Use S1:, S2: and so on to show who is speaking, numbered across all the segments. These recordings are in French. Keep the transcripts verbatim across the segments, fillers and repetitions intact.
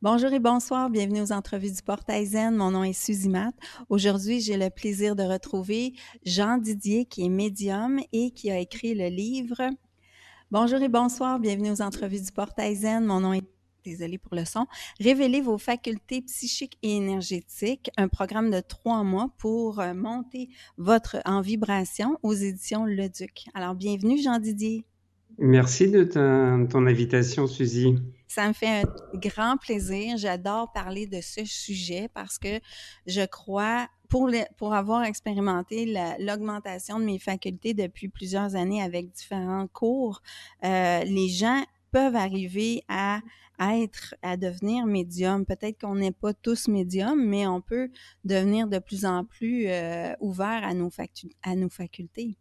S1: Bonjour et bonsoir, bienvenue aux entrevues du Portail Zen. Mon nom est Suzy Matt. Aujourd'hui, j'ai le plaisir de retrouver Jean Didier, qui est médium et qui a écrit le livre. Bonjour et bonsoir, bienvenue aux entrevues du Portail Zen. Mon nom est Désolée pour le son. Révélez vos facultés psychiques et énergétiques, un programme de trois mois pour euh, monter votre en vibration aux éditions Le Duc. Alors, bienvenue Jean Didier.
S2: Merci de ta- ton invitation, Suzy.
S1: Ça me fait un grand plaisir. J'adore parler de ce sujet parce que je crois, pour, le, pour avoir expérimenté la- l'augmentation de mes facultés depuis plusieurs années avec différents cours, euh, les gens peuvent arriver à, à être, à devenir médium. Peut-être qu'on n'est pas tous médiums, mais on peut devenir de plus en plus euh, ouvert à nos, facu- à nos facultés.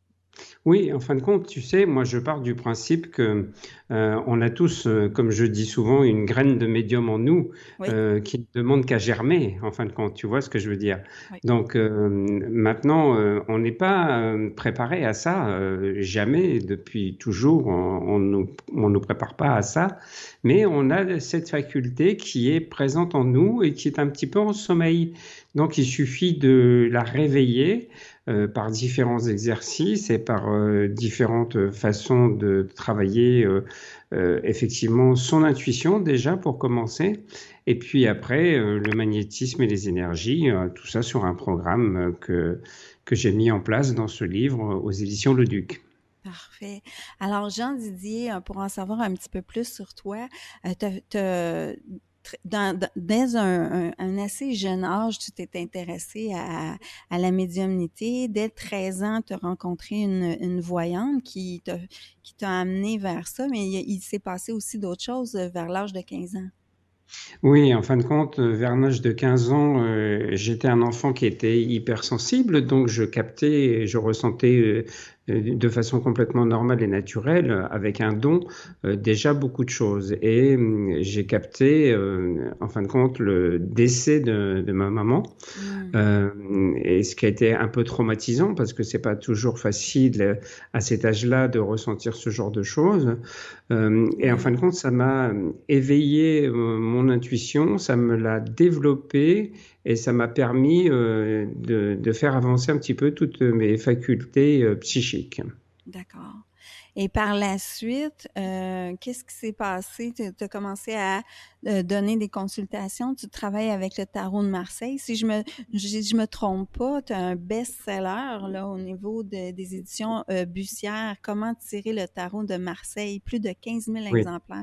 S2: Oui, en fin de compte, tu sais, moi je pars du principe que euh, on a tous, euh, comme je dis souvent, une graine de médium en nous
S1: Oui,
S2: euh, qui ne demande qu'à germer. En fin de compte, tu vois ce que je veux dire.
S1: oui.
S2: Donc euh, maintenant, euh, on n'est pas euh, préparé à ça. euh, jamais, depuis toujours, on, on nous, on nous prépare pas à ça. Mais on a cette faculté qui est présente en nous et qui est un petit peu en sommeil. Donc il suffit de la réveiller euh, par différents exercices et par euh, différentes façons de travailler euh, euh, effectivement son intuition déjà pour commencer, et puis après euh, le magnétisme et les énergies, euh, tout ça sur un programme euh, que, que j'ai mis en place dans ce livre euh, aux éditions Le Duc.
S1: Parfait. Alors, Jean Didier, euh, pour en savoir un petit peu plus sur toi, euh, t'as- t'as- tr- dans, dans- dès un, un- un assez jeune âge, tu t'es intéressé à, à la médiumnité. Dès treize ans, tu as rencontré une, une voyante qui t'a qui t'a amené vers ça, mais il, il s'est passé aussi d'autres choses euh, vers l'âge de quinze ans.
S2: Oui, en fin de compte, euh, vers l'âge de quinze ans, euh, j'étais un enfant qui était hypersensible, donc je captais et je ressentais euh, euh, de façon complètement normale et naturelle, euh, avec un don, euh, déjà beaucoup de choses. Et hum, j'ai capté, euh, en fin de compte, le décès de, de ma maman.
S1: Hmm.
S2: Euh, et ce qui a été un peu traumatisant parce que c'est pas toujours facile euh, à cet âge-là de ressentir ce genre de choses. Euh, et en fin
S1: Oui.
S2: de compte, ça m'a éveillé euh, mon intuition, ça me l'a développée et ça m'a permis euh, de, de faire avancer un petit peu toutes mes facultés euh, psychiques.
S1: D'accord. Et par la suite, euh, qu'est-ce qui s'est passé? Tu as commencé à euh, donner des consultations. Tu travailles avec le Tarot de Marseille. Si je me je, je me trompe pas, tu as un best-seller là au niveau de- des éditions euh, Bussière. Comment tirer le Tarot de Marseille? Plus de quinze mille
S2: Oui.
S1: exemplaires.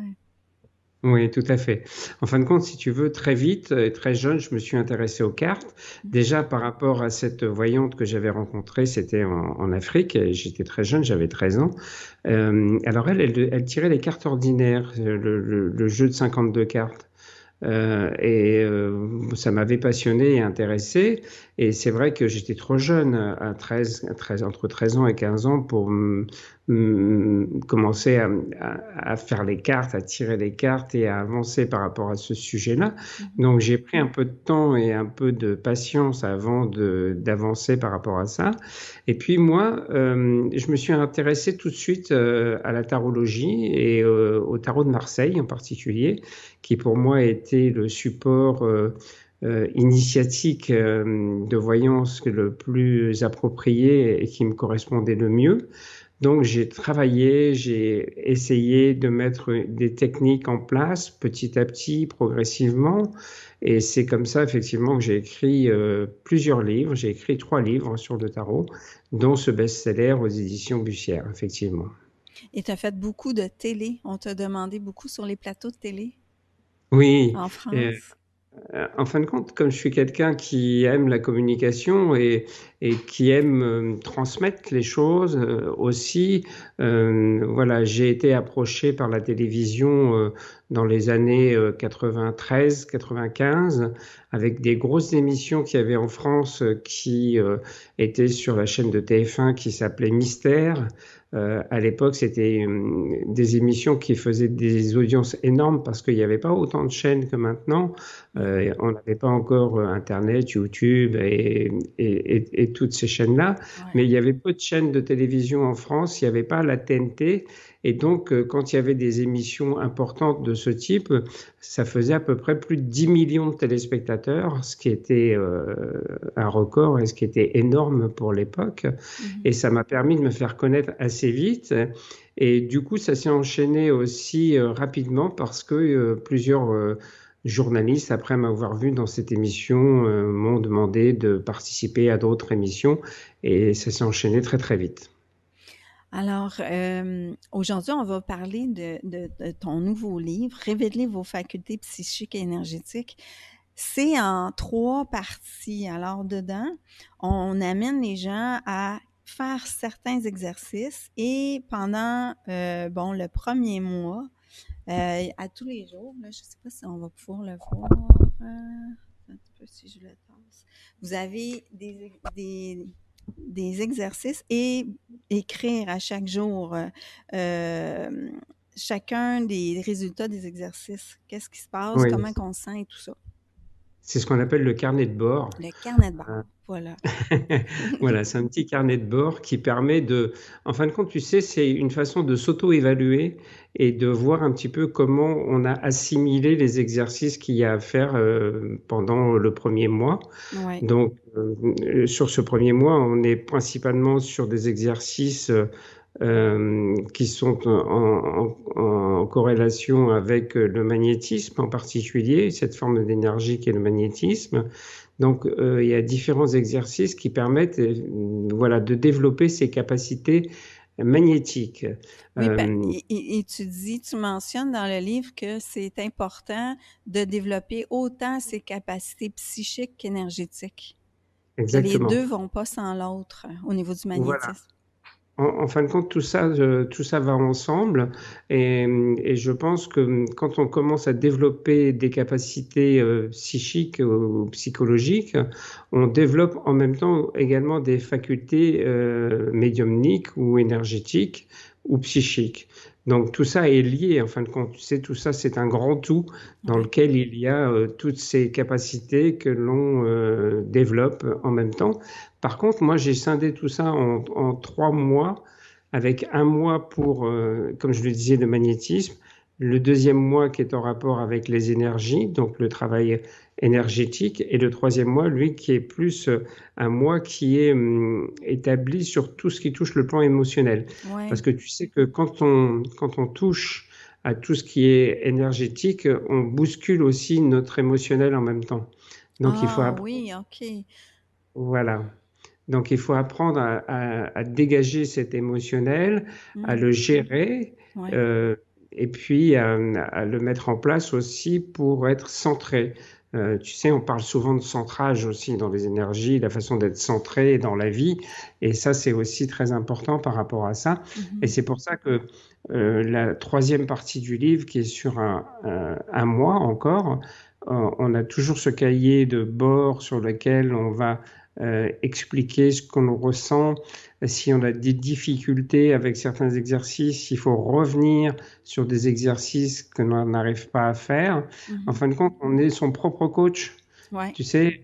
S2: Oui, tout à fait. En fin de compte, si tu veux, très vite et très jeune, je me suis intéressé aux cartes. Déjà par rapport à cette voyante que j'avais rencontrée, c'était en, en Afrique, et j'étais très jeune, j'avais treize ans. Euh, alors elle, elle, elle tirait les cartes ordinaires, le, le- le jeu de cinquante-deux cartes. Euh, et euh, ça m'avait passionné et intéressé. Et c'est vrai que j'étais trop jeune, à treize, à treize, entre treize ans et quinze ans, pour m- m- commencer à, à- à faire les cartes, à tirer les cartes et à avancer par rapport à ce sujet-là.
S1: Mhm.
S2: Donc j'ai pris un peu de temps et un peu de patience avant de, d'avancer par rapport à ça. Et puis moi, euh, je me suis intéressé tout de suite euh, à la tarologie et euh, au tarot de Marseille en particulier, qui pour moi était le support euh, euh, initiatique euh, de voyance le plus approprié et qui me correspondait le mieux. Donc j'ai travaillé, j'ai essayé de mettre des techniques en place petit à petit, progressivement. Et c'est comme ça, effectivement, que j'ai écrit euh, plusieurs livres. J'ai écrit trois livres sur le tarot, dont ce best-seller aux éditions Bussière, effectivement.
S1: Et tu as fait beaucoup de télé. On t'a demandé beaucoup sur les plateaux de télé
S2: Oui,
S1: en
S2: euh,
S1: France.
S2: Euh, en fin de compte, comme je suis quelqu'un qui aime la communication et, et qui aime euh, transmettre les choses euh, aussi, euh, voilà, j'ai été approché par la télévision euh, dans les années euh, quatre-vingt-treize, quatre-vingt-quinze, avec des grosses émissions qu'il y avait en France euh, qui euh, étaient sur la chaîne de T F un qui s'appelait Mystère, Euh, à l'époque, c'était hum, des émissions qui faisaient des audiences énormes parce qu'il n'y avait pas autant de chaînes que maintenant. Euh, on n'avait pas encore euh, Internet, YouTube et, et, et- et toutes ces chaînes-là.
S1: Ouais.
S2: Mais il y avait peu de chaînes de télévision en France. Il n'y avait pas la T N T. Et donc, euh, quand il y avait des émissions importantes de ce type, ça faisait à peu près plus de dix millions de téléspectateurs, ce qui était euh, un record et ce qui était énorme pour l'époque.
S1: Mhm.
S2: Et ça m'a permis de me faire connaître assez vite. Et du coup, ça s'est enchaîné aussi euh, rapidement parce que euh, plusieurs euh, journalistes, après m'avoir vu dans cette émission, euh, m'ont demandé de participer à d'autres émissions. Et ça s'est enchaîné très, très vite.
S1: Alors, euh, aujourd'hui, on va parler de, de- de ton nouveau livre, Révéler vos facultés psychiques et énergétiques. C'est en trois parties. Alors, dedans, on amène les gens à faire certains exercices et pendant, euh, bon, le premier mois, euh, à tous les jours, là, je ne sais pas si on va pouvoir le voir, euh, un petit peu si je le tasse. Vous avez des, des, des exercices et écrire à chaque jour euh, euh, chacun des résultats des exercices. Qu'est-ce qui se passe,
S2: Oui,
S1: comment on se sent et tout ça.
S2: c'est ce qu'on appelle le carnet de bord.
S1: Le carnet de bord, voilà.
S2: Voilà, c'est un petit carnet de bord qui permet de, en fin de compte, tu sais, c'est une façon de s'auto-évaluer et de voir un petit peu comment on a assimilé les exercices qu'il y a à faire euh, pendant le premier mois.
S1: Oui.
S2: Donc, euh, sur ce premier mois, on est principalement sur des exercices euh, qui sont en, en- en corrélation avec le magnétisme en particulier, cette forme d'énergie qui est le magnétisme. Donc, euh, il y a différents exercices qui permettent, euh, voilà, de développer ces capacités magnétiques.
S1: Oui, pa-
S2: Euh,
S1: et, et- et tu dis, tu mentionnes dans le livre que c'est important de développer autant ses capacités psychiques qu'énergétiques, que les
S2: exactement.
S1: deux vont pas sans l'autre euh, au niveau du
S2: Voilà.
S1: magnétisme.
S2: En, en fin de compte, tout ça, euh, tout ça va ensemble. Et, et je pense que quand on commence à développer des capacités euh, psychiques ou psychologiques, on développe en même temps également des facultés euh, médiumniques ou énergétiques ou psychiques. Donc tout ça est lié, en fin de compte. Tu sais, tout ça, c'est un grand tout dans
S1: Ouais.
S2: lequel il y a euh, toutes ces capacités que l'on euh, développe en même temps. Par contre, moi, j'ai scindé tout ça en, en trois mois, avec un mois pour, euh, comme je le disais, le magnétisme, le deuxième mois qui est en rapport avec les énergies, donc le travail énergétique, et le troisième mois, lui, qui est plus euh, un mois qui est hum, établi sur tout ce qui touche le plan émotionnel. Parce
S1: Ouais.
S2: que tu sais que quand on, quand on touche à tout ce qui est énergétique, on bouscule aussi notre émotionnel en même temps. Donc il faut
S1: Ah
S2: apprendre.
S1: oui, OK.
S2: Voilà. Donc, il faut apprendre à, à- à dégager cet émotionnel, à
S1: Hmm.
S2: le gérer,
S1: Ouais.
S2: euh, et puis à, à le mettre en place aussi pour être centré. Euh, tu sais, on parle souvent de centrage aussi dans les énergies, la façon d'être centré dans la vie, et ça, c'est aussi très important par rapport à ça. Et
S1: Mhm.
S2: c'est pour ça que euh, la troisième partie du livre, qui est sur un, un- un mois encore, euh, on a toujours ce cahier de bord sur lequel on va euh, expliquer ce qu'on ressent, si on a des difficultés avec certains exercices, il faut revenir sur des exercices que l'on n'arrive pas à faire. En
S1: Mhm.
S2: fin de compte, on est son propre coach.
S1: Ouais.
S2: Tu sais,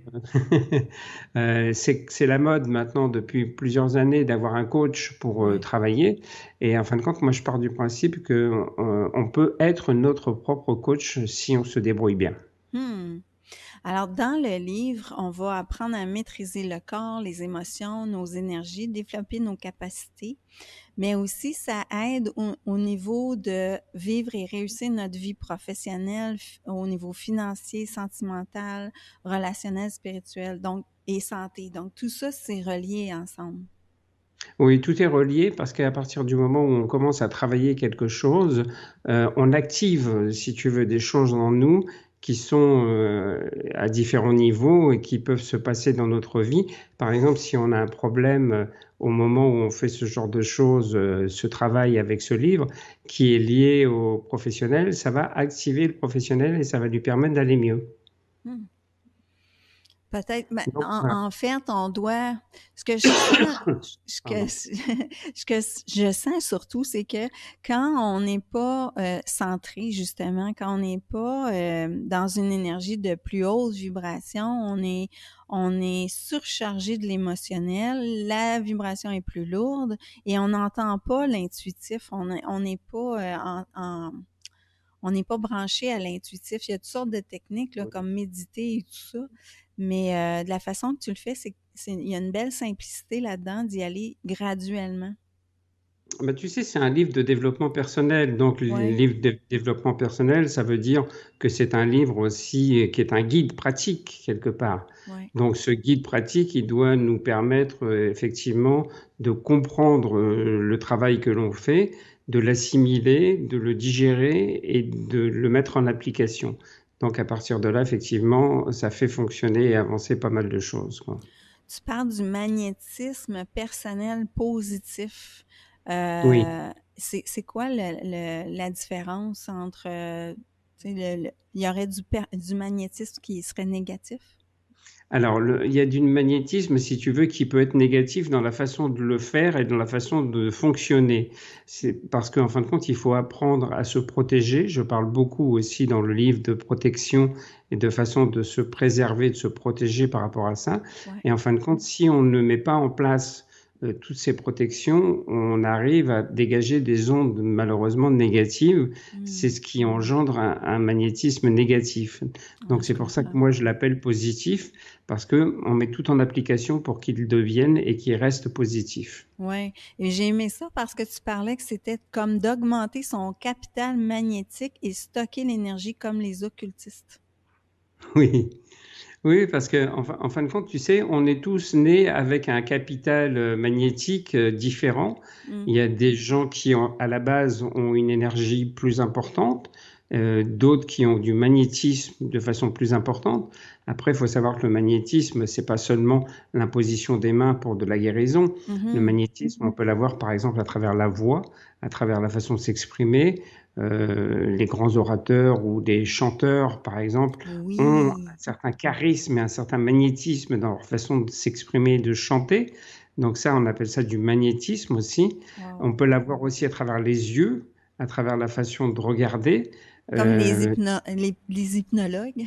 S2: euh, c'est, c'est la mode maintenant depuis plusieurs années d'avoir un coach pour euh,
S1: Ouais.
S2: travailler. Et en fin de compte, moi, je pars du principe que euh, on peut être notre propre coach si on se débrouille bien.
S1: Hmm. Alors, dans le livre, on va apprendre à maîtriser le corps, les émotions, nos énergies, développer nos capacités, mais aussi ça aide au, au niveau de vivre et réussir notre vie professionnelle, f- au niveau financier, sentimental, relationnel, spirituel, donc et santé. Donc tout ça, c'est relié ensemble.
S2: Oui, tout est relié parce qu'à partir du moment où on commence à travailler quelque chose, euh, on active, si tu veux, des choses en nous qui sont euh, à différents niveaux et qui peuvent se passer dans notre vie. Par exemple, si on a un problème euh, au moment où on fait ce genre de choses, euh, ce travail avec ce livre qui est lié au professionnel, ça va activer le professionnel et ça va lui permettre d'aller mieux.
S1: Hmm. Peut-être, ben,
S2: Donc,
S1: en,
S2: voilà.
S1: en fait, on doit, ce que je sens, ce que,
S2: Pardon.
S1: ce que je sens surtout, c'est que quand on n'est pas euh, centré, justement, quand on n'est pas euh, dans une énergie de plus haute vibration, on est, on est surchargé de l'émotionnel, la vibration est plus lourde et on n'entend pas l'intuitif, on est- on n'est pas euh, en, en- on n'est pas branché à l'intuitif. Il y a toutes sortes de techniques là, comme méditer et tout ça. Mais euh, de la façon que tu le fais, c'est, c'est il y a une belle simplicité là-dedans d'y aller graduellement.
S2: Bah, tu sais, c'est un livre de développement personnel. Donc, le
S1: Ouais,
S2: livre de développement personnel, ça veut dire que c'est un livre aussi euh, qui est un guide pratique, quelque part.
S1: ouais.
S2: Donc, ce guide pratique, il doit nous permettre euh, effectivement de comprendre euh, le travail que l'on fait, de l'assimiler, de le digérer et de le mettre en application. Donc, à partir de là, effectivement, ça fait fonctionner et avancer pas mal de choses, quoi.
S1: Tu parles du magnétisme personnel positif.
S2: Oui.
S1: Euh, c'est, c'est quoi le, le- la différence entre, euh, tu sais, le, le- il y aurait du, per- du magnétisme qui serait négatif?
S2: Alors, le- il y a du magnétisme, si tu veux, qui peut être négatif dans la façon de le faire et dans la façon de fonctionner. C'est parce qu'en fin de compte, il faut apprendre à se protéger. Je parle beaucoup aussi dans le livre de protection et de façon de se préserver, de se protéger par rapport à ça.
S1: Ouais.
S2: Et en fin de compte, si on ne met pas en place euh, toutes ces protections, on arrive à dégager des ondes malheureusement négatives.
S1: Hmm.
S2: C'est ce qui engendre un, un magnétisme négatif.
S1: Ouais,
S2: Donc
S1: je
S2: c'est pour ça que
S1: comprends.
S2: moi je l'appelle positif parce que on met tout en application pour qu'il devienne et qu'il reste positif.
S1: Ouais, et j'ai aimé ça parce que tu parlais que c'était comme d'augmenter son capital magnétique et stocker l'énergie comme les occultistes.
S2: Oui, oui, parce que en, fin en fin de compte, tu sais, on est tous nés avec un capital euh, magnétique euh, différent.
S1: Mm.
S2: Il y a des gens qui, ont, à la base, ont une énergie plus importante, euh, d'autres qui ont du magnétisme de façon plus importante. Après, il faut savoir que le magnétisme, c'est pas seulement l'imposition des mains pour de la guérison. Le
S1: Mhm.
S2: magnétisme, on peut l'avoir, par exemple, à travers la voix, à travers la façon de s'exprimer. Euh, les grands orateurs ou des chanteurs, par exemple, ont un
S1: Oui.
S2: certain charisme et un certain magnétisme dans leur façon de s'exprimer et de chanter. Donc ça, on appelle ça du magnétisme aussi.
S1: Wow.
S2: On peut l'avoir aussi à travers les yeux, à travers la façon de regarder.
S1: Comme les,
S2: Euh,
S1: hypno les, les hypnologues,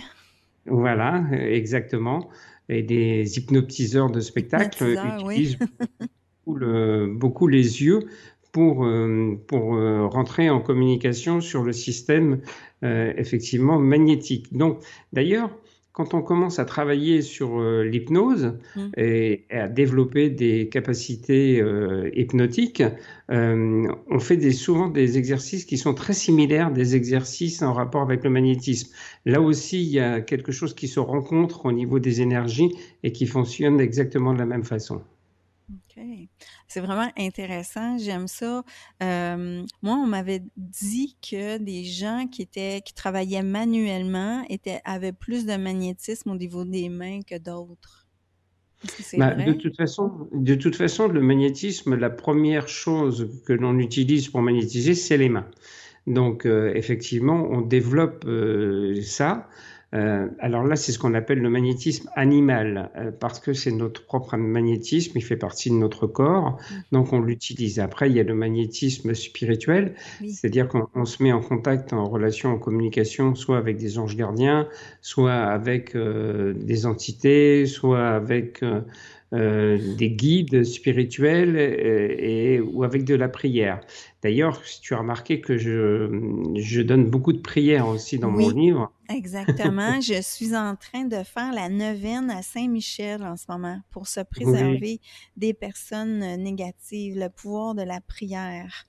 S2: voilà, exactement. Et des hypnotiseurs de spectacle
S1: hypnotiseurs, oui.
S2: utilisent beaucoup, le- beaucoup les yeux pour, euh, pour euh, rentrer en communication sur le système euh, effectivement magnétique. Donc, d'ailleurs, quand on commence à travailler sur euh, l'hypnose
S1: Mm.
S2: et, et à développer des capacités euh, hypnotiques, euh, on fait des, souvent des exercices qui sont très similaires des exercices en rapport avec le magnétisme. Là aussi, il y a quelque chose qui se rencontre au niveau des énergies et qui fonctionne exactement de la même façon.
S1: OK. C'est vraiment intéressant, j'aime ça. Euh, moi, on m'avait dit que des gens qui étaient qui travaillaient manuellement étaient avaient plus de magnétisme au niveau des mains que d'autres. Est-ce que c'est
S2: Bah, de
S1: vrai?
S2: toute façon, de toute façon, le magnétisme, la première chose que l'on utilise pour magnétiser, c'est les mains. Donc, euh, effectivement, on développe euh, ça. Euh, alors là, c'est ce qu'on appelle le magnétisme animal, euh, parce que c'est notre propre magnétisme, il fait partie de notre corps,
S1: Mm.
S2: donc on l'utilise. Après, il y a le magnétisme spirituel,
S1: Oui.
S2: c'est-à-dire qu'on on se met en contact, en relation, en communication, soit avec des anges gardiens, soit avec euh, des entités, soit avec euh, euh, des guides spirituels euh, et, ou avec de la prière. D'ailleurs, si tu as remarqué que je, je donne beaucoup de prières aussi dans mon
S1: Oui,
S2: livre.
S1: exactement. Je suis en train de faire la neuvaine à Saint-Michel en ce moment pour se
S2: Oui,
S1: préserver des personnes euh, négatives, le pouvoir de la prière.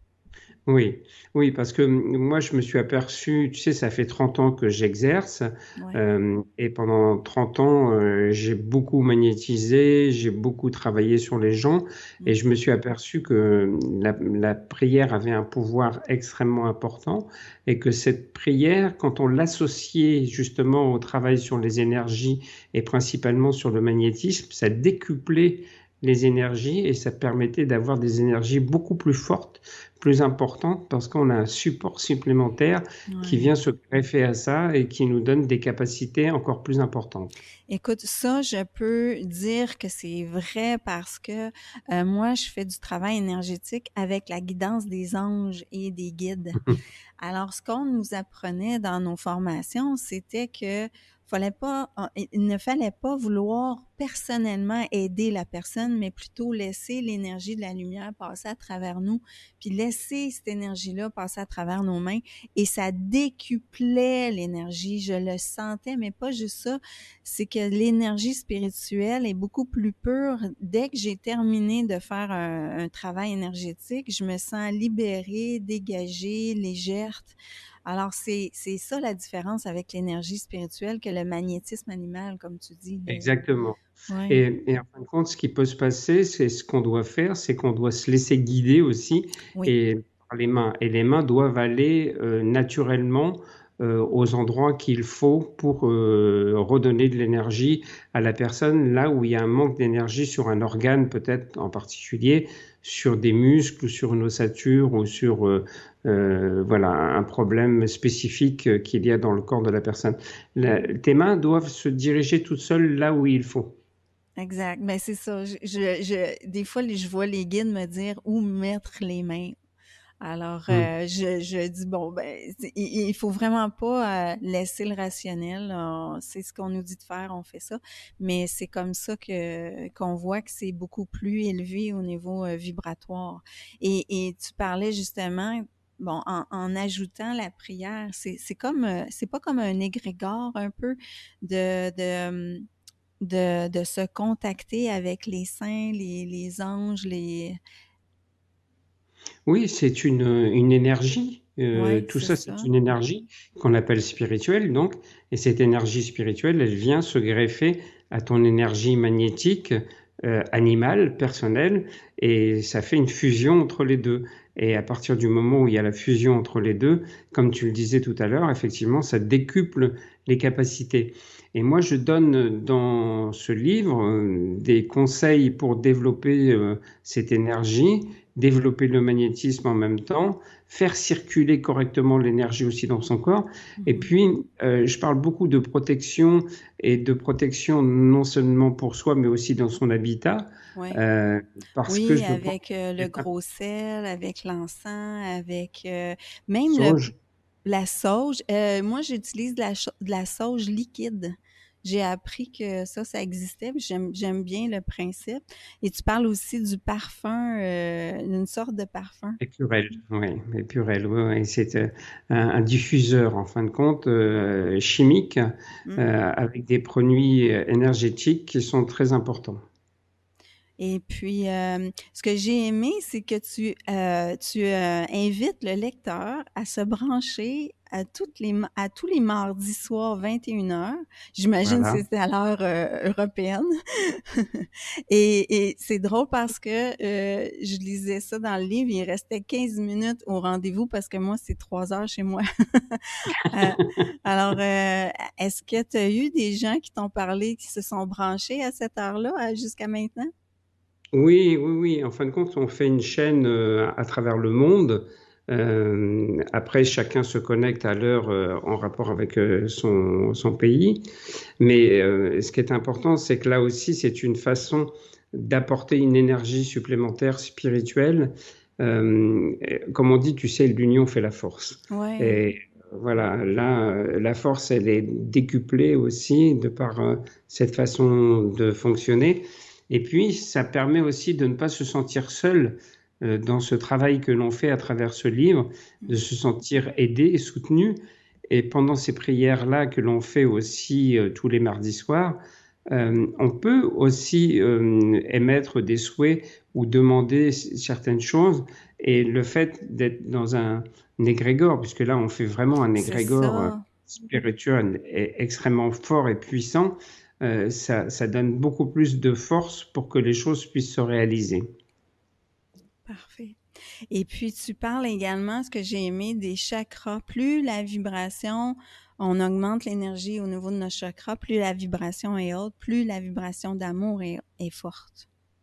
S2: oui, oui, parce que moi, je me suis aperçu, tu sais, ça fait trente ans que j'exerce,
S1: Ouais.
S2: euh, et pendant trente ans, euh, j'ai beaucoup magnétisé, j'ai beaucoup travaillé sur les gens,
S1: Mm.
S2: et je me suis aperçu que la, la prière avait un pouvoir extrêmement important, et que cette prière, quand on l'associait justement au travail sur les énergies, et principalement sur le magnétisme, ça décuplait les énergies et ça permettait d'avoir des énergies beaucoup plus fortes, plus importantes parce qu'on a un support supplémentaire qui
S1: Ouais.
S2: vient se greffer à ça et qui nous donne des capacités encore plus importantes.
S1: Écoute, ça, je peux dire que c'est vrai parce que euh, moi, je fais du travail énergétique avec la guidance des anges et des guides. Alors, ce qu'on nous apprenait dans nos formations, c'était que fallait pas, il ne fallait pas vouloir personnellement aider la personne, mais plutôt laisser l'énergie de la lumière passer à travers nous, puis laisser cette énergie-là passer à travers nos mains, et ça décuplait l'énergie. Je le sentais, mais pas juste ça, c'est que l'énergie spirituelle est beaucoup plus pure. Dès que j'ai terminé de faire un, un travail énergétique, je me sens libérée, dégagée, légère. Alors, c'est, c'est ça la différence avec l'énergie spirituelle que le magnétisme animal, comme tu dis.
S2: Exactement.
S1: Oui,
S2: Et, et en fin de compte, ce qui peut se passer, c'est ce qu'on doit faire, c'est qu'on doit se laisser guider aussi
S1: oui.
S2: et par les mains. Et les mains doivent aller euh, naturellement euh, aux endroits qu'il faut pour euh, redonner de l'énergie à la personne, là où il y a un manque d'énergie sur un organe peut-être en particulier, sur des muscles, ou sur une ossature ou sur euh, euh, voilà, un problème spécifique qu'il y a dans le corps de la personne. La- tes mains doivent se diriger toutes seules là où il faut.
S1: Exact. Mais c'est ça. Je, je, je- des fois, je vois les guides me dire où mettre les mains. Alors,
S2: Mm.
S1: euh, je, je dis, bon, ben, c'est- il, il faut vraiment pas euh, laisser le rationnel. On- C'est ce qu'on nous dit de faire, on fait ça. Mais c'est comme ça que qu'on voit que c'est beaucoup plus élevé au niveau euh, vibratoire. Et, et tu parlais justement, bon, en, en ajoutant la prière, c'est c'est comme, euh, c'est pas comme un égrégore un peu de, de, de, de se contacter avec les saints, les, les anges, les...
S2: Oui, c'est une, une énergie. Euh,
S1: Ouais,
S2: tout
S1: c'est
S2: ça, c'est
S1: ça.
S2: une énergie qu'on appelle spirituelle, donc. Et cette énergie spirituelle, elle vient se greffer à ton énergie magnétique, euh, animale, personnelle, et ça fait une fusion entre les deux. Et à partir du moment où il y a la fusion entre les deux, comme tu le disais tout à l'heure, effectivement, ça décuple les capacités. Et moi, je donne dans ce livre euh, des conseils pour développer euh, cette énergie, développer le magnétisme en même temps, faire circuler correctement l'énergie aussi dans son corps. Et
S1: Mhm.
S2: puis, euh, je parle beaucoup de protection et de protection non seulement pour soi, mais aussi dans son habitat,
S1: Ouais.
S2: euh, parce que
S1: Oui,
S2: je pense
S1: avec euh,
S2: qu'il
S1: le
S2: y a
S1: gros sel, avec l'encens, avec euh, même le
S2: sauge.
S1: la sauge. Euh, moi, j'utilise de la, cho- de la sauge liquide. J'ai appris que ça, ça existait. Puis J'aime, j'aime bien le principe. Et tu parles aussi du parfum, euh, d'une sorte de parfum.
S2: Épurel, oui, épurel, oui, oui. C'est euh, un, un diffuseur en fin de compte euh, chimique
S1: Mm.
S2: euh, avec des produits euh, énergétiques qui sont très importants.
S1: Et puis, euh, ce que j'ai aimé, c'est que tu, euh, tu euh, invites le lecteur à se brancher à, toutes les, ma- à tous les mardis soirs, vingt et une heures. J'imagine que
S2: Voilà.
S1: c'est à l'heure euh, européenne. Et, et c'est drôle parce que euh, je lisais ça dans le livre, il restait quinze minutes au rendez-vous parce que moi, c'est trois heures chez moi. Euh, alors, euh, est-ce que tu as eu des gens qui t'ont parlé, qui se sont branchés à cette heure-là euh, jusqu'à maintenant?
S2: Oui, oui, oui. En fin de compte, on fait une chaîne euh, à travers le monde. Euh, après, chacun se connecte à l'heure euh, en rapport avec euh, son, son pays. Mais euh, ce qui est important, c'est que là aussi, c'est une façon d'apporter une énergie supplémentaire spirituelle. Euh, comme on dit, tu sais, l'union fait la force.
S1: Ouais.
S2: Et voilà, là, euh, la force, elle est décuplée aussi de par euh, cette façon de fonctionner. Et puis, ça permet aussi de ne pas se sentir seul euh, dans ce travail que l'on fait à travers ce livre, de se sentir aidé et soutenu. Et pendant ces prières-là que l'on fait aussi euh, tous les mardis soirs, euh, on peut aussi euh, émettre des souhaits ou demander certaines choses. Et le fait d'être dans un, égrégore, puisque là on fait vraiment un
S1: C'est
S2: égrégore euh,
S1: ça.
S2: spirituel et extrêmement fort et puissant, euh, ça, ça donne beaucoup plus de force pour que les choses puissent se réaliser.
S1: Parfait. Et puis, tu parles également, ce que j'ai aimé, des chakras. Plus la vibration, on augmente l'énergie au niveau de nos chakras, plus la vibration est haute, plus la vibration d'amour est, est forte.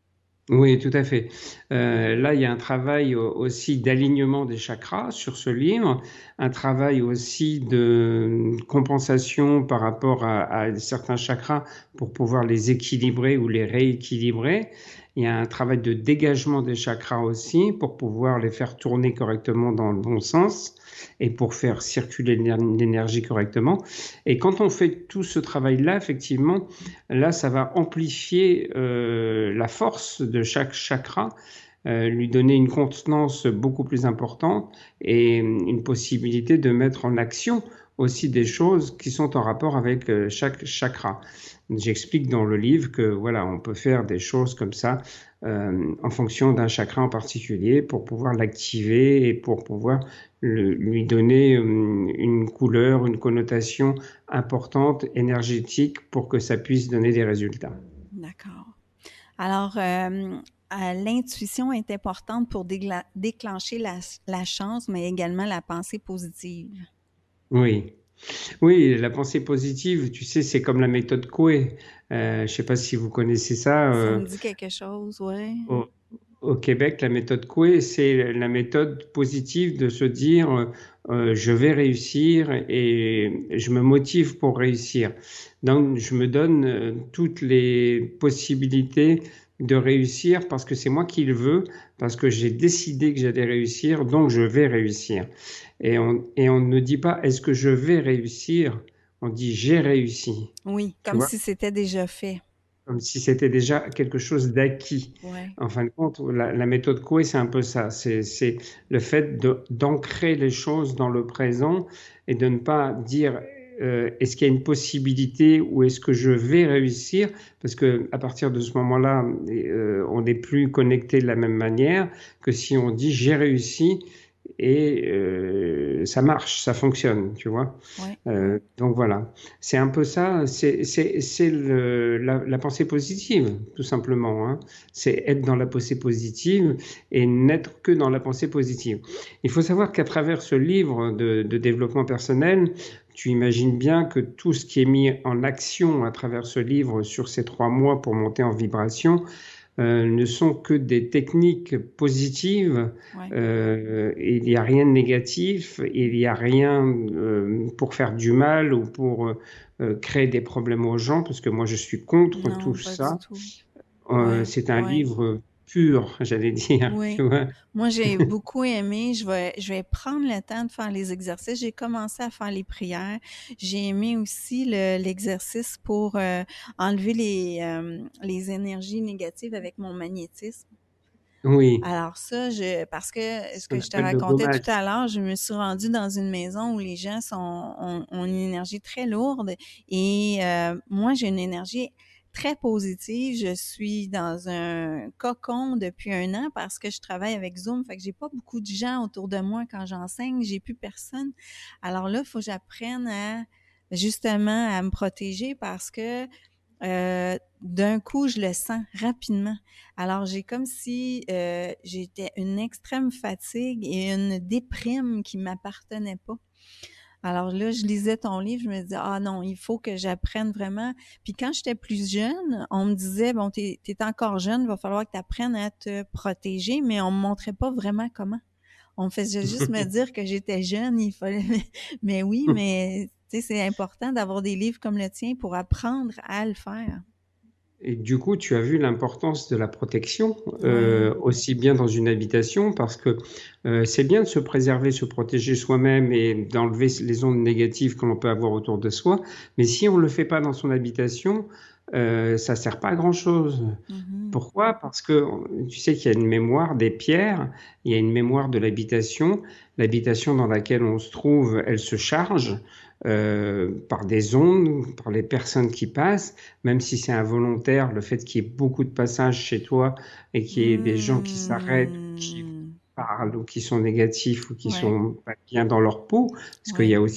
S2: Oui, tout à fait. Euh, là, il y a un travail au- aussi d'alignement des chakras sur ce livre, un travail aussi de compensation par rapport à, à certains chakras pour pouvoir les équilibrer ou les rééquilibrer. Il y a un travail de dégagement des chakras aussi pour pouvoir les faire tourner correctement dans le bon sens et pour faire circuler l'éner- l'énergie correctement. Et quand on fait tout ce travail-là, effectivement, là, ça va amplifier euh, la force de chaque chakra, euh, lui donner une contenance beaucoup plus importante et une possibilité de mettre en action aussi des choses qui sont en rapport avec euh, chaque chakra. J'explique dans le livre que voilà, on peut faire des choses comme ça euh, en fonction d'un chakra en particulier pour pouvoir l'activer et pour pouvoir le- lui donner euh, une couleur, une connotation importante, énergétique, pour que ça puisse donner des résultats.
S1: D'accord. Alors, euh, euh, l'intuition est importante pour dégla- déclencher la, la chance, mais également la pensée positive.
S2: Oui, oui, la pensée positive, tu sais, c'est comme la méthode Coué. Euh, je ne sais pas si vous connaissez ça.
S1: Ça
S2: euh,
S1: me dit quelque chose, ouais.
S2: au, au Québec, la méthode Coué, c'est la méthode positive de se dire euh, je vais réussir et je me motive pour réussir. Donc, je me donne euh, toutes les possibilités de réussir parce que c'est moi qui le veux, parce que j'ai décidé que j'allais réussir, donc je vais réussir. Et on, et on ne dit pas est-ce que je vais réussir, on dit j'ai réussi.
S1: Oui,
S2: Tu
S1: comme
S2: vois?
S1: si c'était déjà fait.
S2: Comme si c'était déjà quelque chose d'acquis.
S1: Ouais.
S2: En fin de compte, la, la méthode Coué, c'est un peu ça. C'est, c'est le fait de, d'ancrer les choses dans le présent et de ne pas dire euh, est-ce qu'il y a une possibilité ou est-ce que je vais réussir? Parce que à partir de ce moment-là, euh, on n'est plus connecté de la même manière que si on dit j'ai réussi et euh, ça marche, ça fonctionne, tu vois.
S1: Ouais.
S2: Euh, donc voilà, c'est un peu ça, c'est c'est- c'est le- la, la pensée positive, tout simplement, hein. C'est être dans la pensée positive et n'être que dans la pensée positive. Il faut savoir qu'à travers ce livre de, de développement personnel, tu imagines bien que tout ce qui est mis en action à travers ce livre sur ces trois mois pour monter en vibration, euh, ne sont que des techniques positives.
S1: Ouais.
S2: Euh, il n'y a rien de négatif, il n'y a rien euh, pour faire du mal ou pour euh, créer des problèmes aux gens, parce que moi je suis contre tout
S1: Non, pas du
S2: ça.
S1: tout.
S2: Euh,
S1: Ouais,
S2: c'est un
S1: ouais.
S2: livre pur, j'allais dire, tu
S1: Oui.
S2: vois.
S1: Moi, j'ai beaucoup aimé. Je vais, je vais prendre le temps de faire les exercices. J'ai commencé à faire les prières. J'ai aimé aussi le- l'exercice pour euh, enlever les, euh, les énergies négatives avec mon magnétisme.
S2: Oui,
S1: Alors ça, je, parce que
S2: ce
S1: ce que
S2: qu'on
S1: je te
S2: appelle le
S1: racontais tout
S2: gommage.
S1: à l'heure, je me suis rendue dans une maison où les gens sont, ont, ont une énergie très lourde et euh, moi, j'ai une énergie très positive. Je suis dans un cocon depuis un an parce que je travaille avec Zoom, fait que j'ai pas beaucoup de gens autour de moi quand j'enseigne, j'ai plus personne. Alors là, il faut que j'apprenne à justement à me protéger parce que euh, d'un coup, je le sens rapidement. Alors, j'ai comme si euh, j'étais une extrême fatigue et une déprime qui m'appartenait pas. Alors là, je lisais ton livre, je me disais, ah non, il faut que j'apprenne vraiment. Puis quand j'étais plus jeune, on me disait, bon, t'es, t'es encore jeune, il va falloir que tu apprennes à te protéger, mais on me montrait pas vraiment comment. On me faisait juste me dire que j'étais jeune, il fallait, mais oui, mais tu sais, c'est important d'avoir des livres comme le tien pour apprendre à le faire.
S2: Et du coup, tu as vu l'importance de la protection,
S1: Oui.
S2: euh, aussi bien dans une habitation, parce que euh, c'est bien de se préserver, se protéger soi-même et d'enlever les ondes négatives que l'on peut avoir autour de soi. Mais si on ne le fait pas dans son habitation, euh, ça ne sert pas à grand-chose.
S1: Mhm.
S2: Pourquoi? Parce que tu sais qu'il y a une mémoire des pierres, il y a une mémoire de l'habitation. L'habitation dans laquelle on se trouve, elle se charge euh, par des ondes, par les personnes qui passent, même si c'est involontaire, le fait qu'il y ait beaucoup de passages chez toi et qu'il y ait des gens qui s'arrêtent, qui
S1: Hmm.
S2: parlent ou qui sont négatifs ou qui
S1: Ouais,
S2: sont pas bien dans leur peau, parce qu'il y
S1: ouais.
S2: a aussi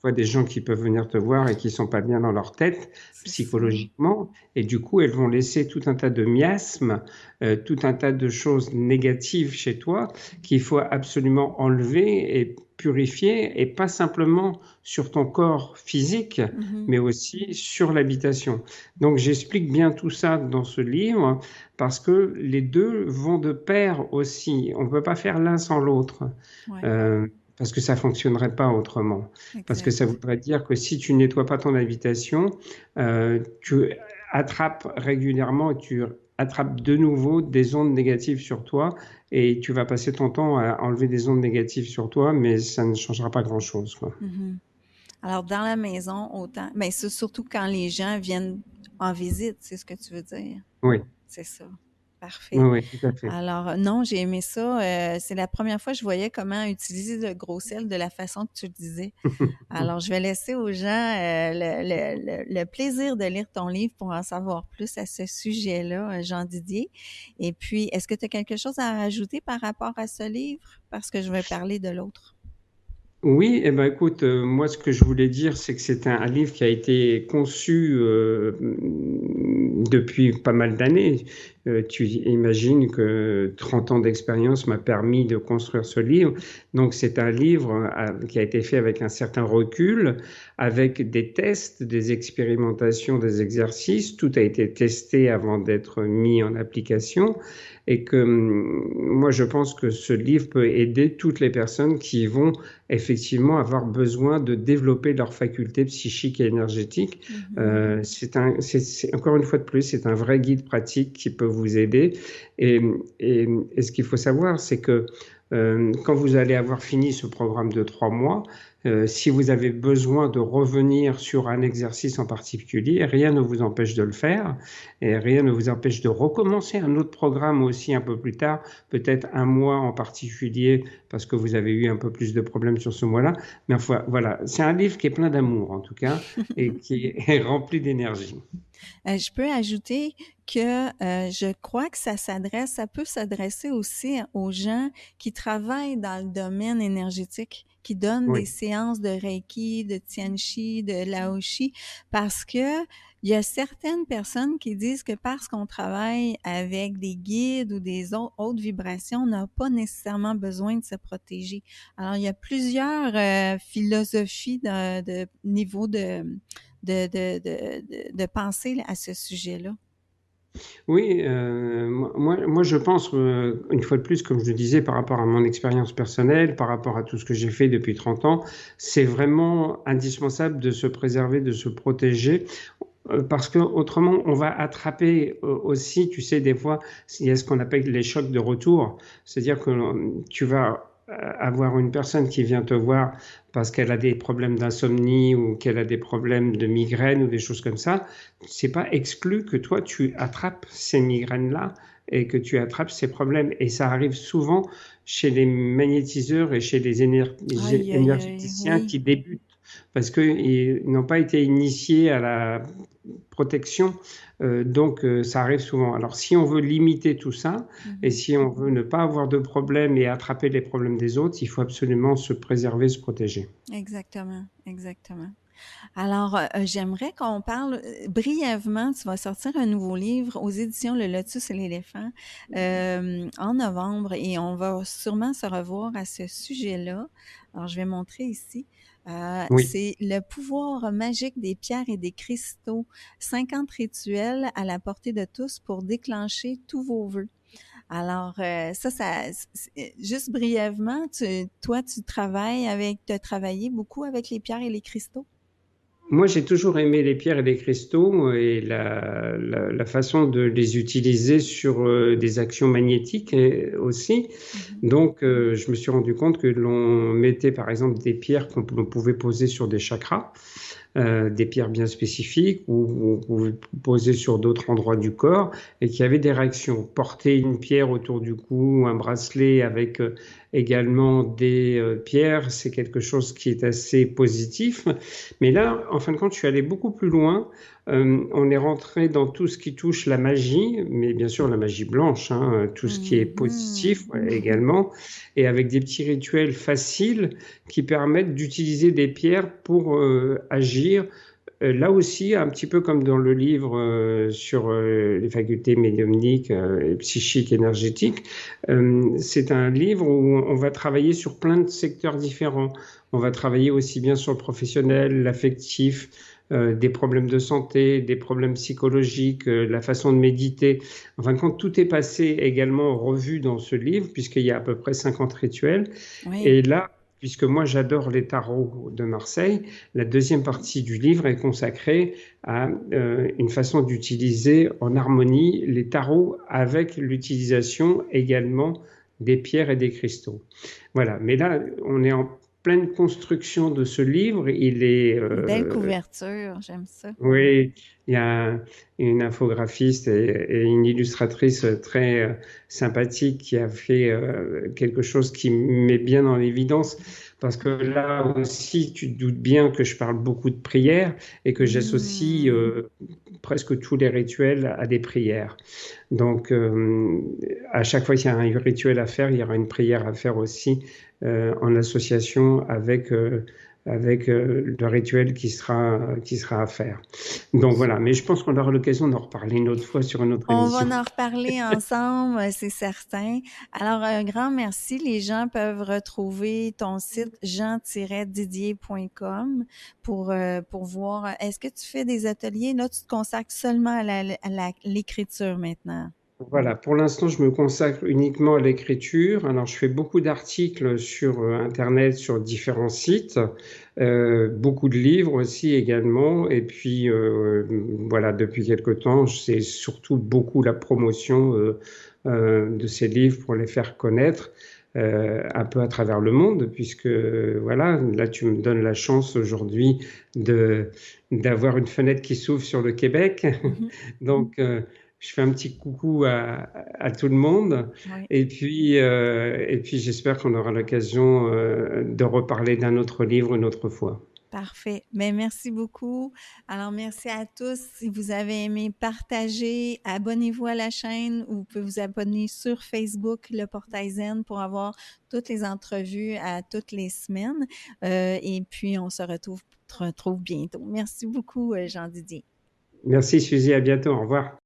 S2: fois des gens qui peuvent venir te voir et qui sont pas bien dans leur tête
S1: C'est ça.
S2: psychologiquement, et du coup, elles vont laisser tout un tas de miasmes, euh, tout un tas de choses négatives chez toi qu'il faut absolument enlever et purifier, et pas simplement sur ton corps physique,
S1: Mhm.
S2: mais aussi sur l'habitation. Donc, j'explique bien tout ça dans ce livre parce que les deux vont de pair aussi. On ne peut pas faire l'un sans l'autre.
S1: Ouais,
S2: Euh, Parce que ça fonctionnerait pas autrement. Parce que ça
S1: exact.
S2: voudrait dire que si tu nettoies pas ton habitation, euh, tu attrapes régulièrement, tu attrapes de nouveau des ondes négatives sur toi, et tu vas passer ton temps à enlever des ondes négatives sur toi, mais ça ne changera pas grand-chose, quoi.
S1: Mhm. Alors, dans la maison, autant, mais c'est surtout quand les gens viennent en visite, c'est ce que tu veux dire.
S2: Oui,
S1: C'est ça.
S2: oui,
S1: Parfait.
S2: oui, tout à fait.
S1: Alors, euh, non, j'ai aimé ça. Euh, c'est la première fois que je voyais comment utiliser le gros sel de la façon que tu le disais. Alors, je vais laisser aux gens euh, le, le- le- le plaisir de lire ton livre pour en savoir plus à ce sujet-là, euh, Jean Didier. Et puis, est-ce que tu as quelque chose à rajouter par rapport à ce livre? Parce que je vais parler de l'autre.
S2: Oui, eh ben écoute, euh, moi ce que je voulais dire, c'est que c'est un, un livre qui a été conçu euh, depuis pas mal d'années. Euh, tu imagines que trente ans d'expérience m'a permis de construire ce livre. Donc c'est un livre euh, qui a été fait avec un certain recul, avec des tests, des expérimentations, des exercices. Tout a été testé avant d'être mis en application. Et que hum, moi je pense que ce livre peut aider toutes les personnes qui vont effectivement avoir besoin de développer leurs facultés psychiques et énergétiques.
S1: Mhm.
S2: Euh, c'est un, c'est, c'est, encore une fois de plus, c'est un vrai guide pratique qui peut vous aider. Et, et, et ce qu'il faut savoir, c'est que euh, quand vous allez avoir fini ce programme de trois mois, euh, si vous avez besoin de revenir sur un exercice en particulier, rien ne vous empêche de le faire, et rien ne vous empêche de recommencer un autre programme aussi un peu plus tard, peut-être un mois en particulier, parce que vous avez eu un peu plus de problèmes sur ce mois-là. Mais enfin, voilà, c'est un livre qui est plein d'amour en tout cas, et qui est rempli d'énergie.
S1: Euh, je peux ajouter que euh, je crois que ça s'adresse, ça peut s'adresser aussi aux gens qui travaillent dans le domaine énergétique, qui donnent des
S2: Oui,
S1: séances de Reiki, de Tianchi, de Laoshi, parce que il y a certaines personnes qui disent que parce qu'on travaille avec des guides ou des autres, hautes vibrations, on n'a pas nécessairement besoin de se protéger. Alors, il y a plusieurs euh, philosophies de, de niveau de de, de, de, de, de penser à ce sujet-là.
S2: oui, euh, moi, moi je pense, euh, une fois de plus, comme je le disais, par rapport à mon expérience personnelle, par rapport à tout ce que j'ai fait depuis trente ans, c'est vraiment indispensable de se préserver, de se protéger. Euh, Parce que autrement, on va attraper euh, aussi, tu sais, des fois, il y a ce qu'on appelle les chocs de retour. C'est-à-dire que euh, tu vas euh, avoir une personne qui vient te voir parce qu'elle a des problèmes d'insomnie ou qu'elle a des problèmes de migraine ou des choses comme ça. C'est pas exclu que toi, tu attrapes ces migraines-là et que tu attrapes ces problèmes. Et ça arrive souvent chez les magnétiseurs et chez les éner-
S1: Aïe, aïe, aïe,
S2: énergéticiens
S1: oui.
S2: qui débutent parce qu'ils n'ont pas été initiés à la protection. Euh, donc, euh, ça arrive souvent. Alors, si on veut limiter tout ça, et
S1: Mhm.
S2: si on veut ne pas avoir de problèmes et attraper les problèmes des autres, il faut absolument se préserver, se protéger.
S1: Exactement, exactement. Alors, euh, j'aimerais qu'on parle euh, brièvement. Tu vas sortir un nouveau livre aux éditions Le Lotus et l'éléphant euh, en novembre et on va sûrement se revoir à ce sujet-là. Alors, je vais montrer ici. Euh,
S2: Oui.
S1: c'est le pouvoir magique des pierres et des cristaux. cinquante rituels à la portée de tous pour déclencher tous vos vœux. Alors, euh, ça, ça, c'est- juste brièvement, tu, toi, tu travailles avec, tu as travaillé beaucoup avec les pierres et les cristaux?
S2: Moi, j'ai toujours aimé les pierres et les cristaux et la, la, la façon de les utiliser sur euh, des actions magnétiques et- aussi.
S1: Mhm.
S2: Donc, euh, je me suis rendu compte que l'on mettait par exemple des pierres qu'on l'on pouvait poser sur des chakras, euh, des pierres bien spécifiques ou on pouvait poser sur d'autres endroits du corps et qui avaient des réactions. Porter une pierre autour du cou, un bracelet avec euh, également des euh, pierres, c'est quelque chose qui est assez positif. Mais là, en fin de compte, je suis allé beaucoup plus loin euh, on est rentré dans tout ce qui touche la magie, mais bien sûr la magie blanche, hein, tout ce qui est positif
S1: Mhm.
S2: ouais, également, et avec des petits rituels faciles qui permettent d'utiliser des pierres pour euh, agir. Euh, Là aussi, un petit peu comme dans le livre euh, sur euh, les facultés médiumniques, euh, et psychiques, énergétiques, euh, c'est un livre où on va travailler sur plein de secteurs différents. On va travailler aussi bien sur le professionnel, l'affectif, euh, des problèmes de santé, des problèmes psychologiques, euh, la façon de méditer. En fin de compte, tout est passé également en revue dans ce livre, puisqu'il y a à peu près cinquante rituels.
S1: Oui.
S2: Et là, puisque moi j'adore les tarots de Marseille, la deuxième partie du livre est consacrée à euh, une façon d'utiliser en harmonie les tarots avec l'utilisation également des pierres et des cristaux. Voilà, mais là, on est en pleine construction de ce livre. Il est,
S1: Une belle
S2: euh,
S1: couverture, j'aime ça.
S2: oui, il y a une infographiste et, et une illustratrice très euh, sympathique qui a fait euh, quelque chose qui met bien en évidence, parce que là aussi, tu te doutes bien que je parle beaucoup de prières et que j'associe
S1: Hmm.
S2: euh, presque tous les rituels à des prières. Donc, euh, à chaque fois qu'il y a un rituel à faire, il y aura une prière à faire aussi euh, en association avec, euh, avec euh, le rituel qui sera, qui sera à faire. Donc voilà, mais je pense qu'on aura l'occasion d'en reparler une autre fois sur une autre
S1: On va
S2: émission.
S1: en reparler ensemble, euh, c'est certain. Alors, un grand merci. Les gens peuvent retrouver ton site jean tiret didier point com pour, euh, pour voir. Est-ce que tu fais des ateliers? Là, tu te consacres seulement à la- à la- l'écriture maintenant.
S2: Voilà, pour l'instant, je me consacre uniquement à l'écriture. Alors, je fais beaucoup d'articles sur euh, Internet, sur différents sites, euh, beaucoup de livres aussi également. Et puis, euh, voilà, depuis quelque temps, c'est surtout beaucoup la promotion euh, euh, de ces livres pour les faire connaître euh, un peu à travers le monde, puisque voilà, là, tu me donnes la chance aujourd'hui de d'avoir une fenêtre qui s'ouvre sur le Québec.
S1: Mhm.
S2: Donc, euh, je fais un petit coucou à, à tout le monde.
S1: Oui.
S2: Et puis, euh, et puis j'espère qu'on aura l'occasion euh, de reparler d'un autre livre une autre fois.
S1: Parfait. Mais merci beaucoup. Alors, merci à tous. Si vous avez aimé, partagez, abonnez-vous à la chaîne ou vous pouvez vous abonner sur Facebook, le Portail Zen, pour avoir toutes les entrevues à toutes les semaines. Euh, et puis, on se retrouve, retrouve bientôt. Merci beaucoup, euh, Jean-Didier.
S2: Merci Suzy, à bientôt, au revoir.